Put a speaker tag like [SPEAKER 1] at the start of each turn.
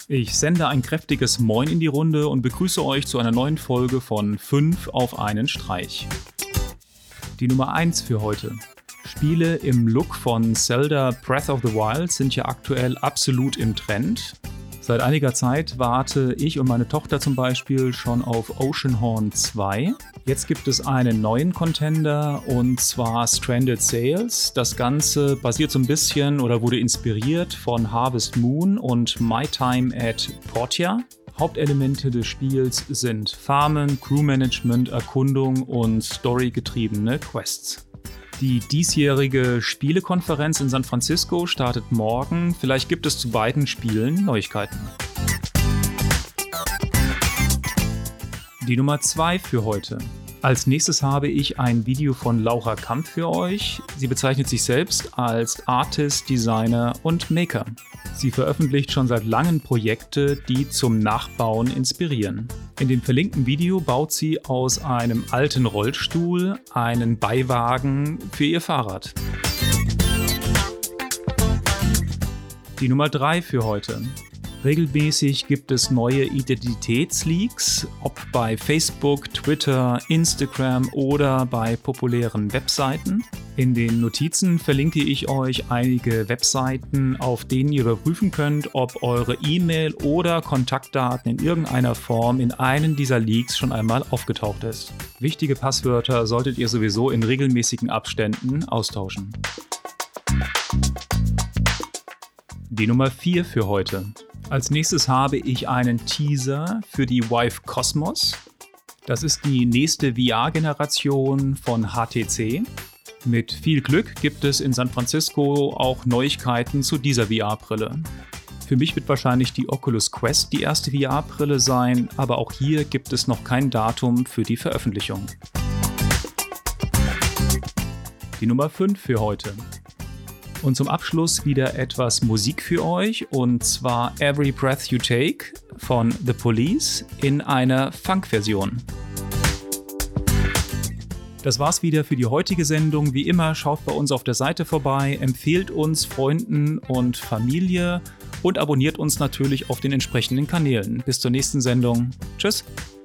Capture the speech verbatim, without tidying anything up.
[SPEAKER 1] Ich sende ein kräftiges Moin in die Runde und begrüße euch zu einer neuen Folge von fünf auf einen Streich. Die Nummer eins für heute. Spiele im Look von Zelda Breath of the Wild sind ja aktuell absolut im Trend. Seit einiger Zeit warte ich und meine Tochter zum Beispiel schon auf Oceanhorn zwei. Jetzt gibt es einen neuen Contender und zwar Stranded Sails. Das Ganze basiert so ein bisschen oder wurde inspiriert von Harvest Moon und My Time at Portia. Hauptelemente des Spiels sind Farmen, Crewmanagement, Erkundung und storygetriebene Quests. Die diesjährige Spielekonferenz in San Francisco startet morgen. Vielleicht gibt es zu beiden Spielen Neuigkeiten. Die Nummer zwei für heute. Als nächstes habe ich ein Video von Laura Kamp für euch. Sie bezeichnet sich selbst als Artist, Designer und Maker. Sie veröffentlicht schon seit langem Projekte, die zum Nachbauen inspirieren. In dem verlinkten Video baut sie aus einem alten Rollstuhl einen Beiwagen für ihr Fahrrad. Die Nummer drei für heute. Regelmäßig gibt es neue Identitätsleaks, ob bei Facebook, Twitter, Instagram oder bei populären Webseiten. In den Notizen verlinke ich euch einige Webseiten, auf denen ihr überprüfen könnt, ob eure E-Mail oder Kontaktdaten in irgendeiner Form in einem dieser Leaks schon einmal aufgetaucht ist. Wichtige Passwörter solltet ihr sowieso in regelmäßigen Abständen austauschen. Die Nummer vier für heute. Als nächstes habe ich einen Teaser für die Vive Cosmos. Das ist die nächste V R-Generation von H T C. Mit viel Glück gibt es in San Francisco auch Neuigkeiten zu dieser V R-Brille. Für mich wird wahrscheinlich die Oculus Quest die erste V R-Brille sein, aber auch hier gibt es noch kein Datum für die Veröffentlichung. Die Nummer fünf für heute. Und zum Abschluss wieder etwas Musik für euch, und zwar Every Breath You Take von The Police in einer Funk-Version. Das war's wieder für die heutige Sendung. Wie immer, schaut bei uns auf der Seite vorbei, empfehlt uns Freunden und Familie und abonniert uns natürlich auf den entsprechenden Kanälen. Bis zur nächsten Sendung. Tschüss!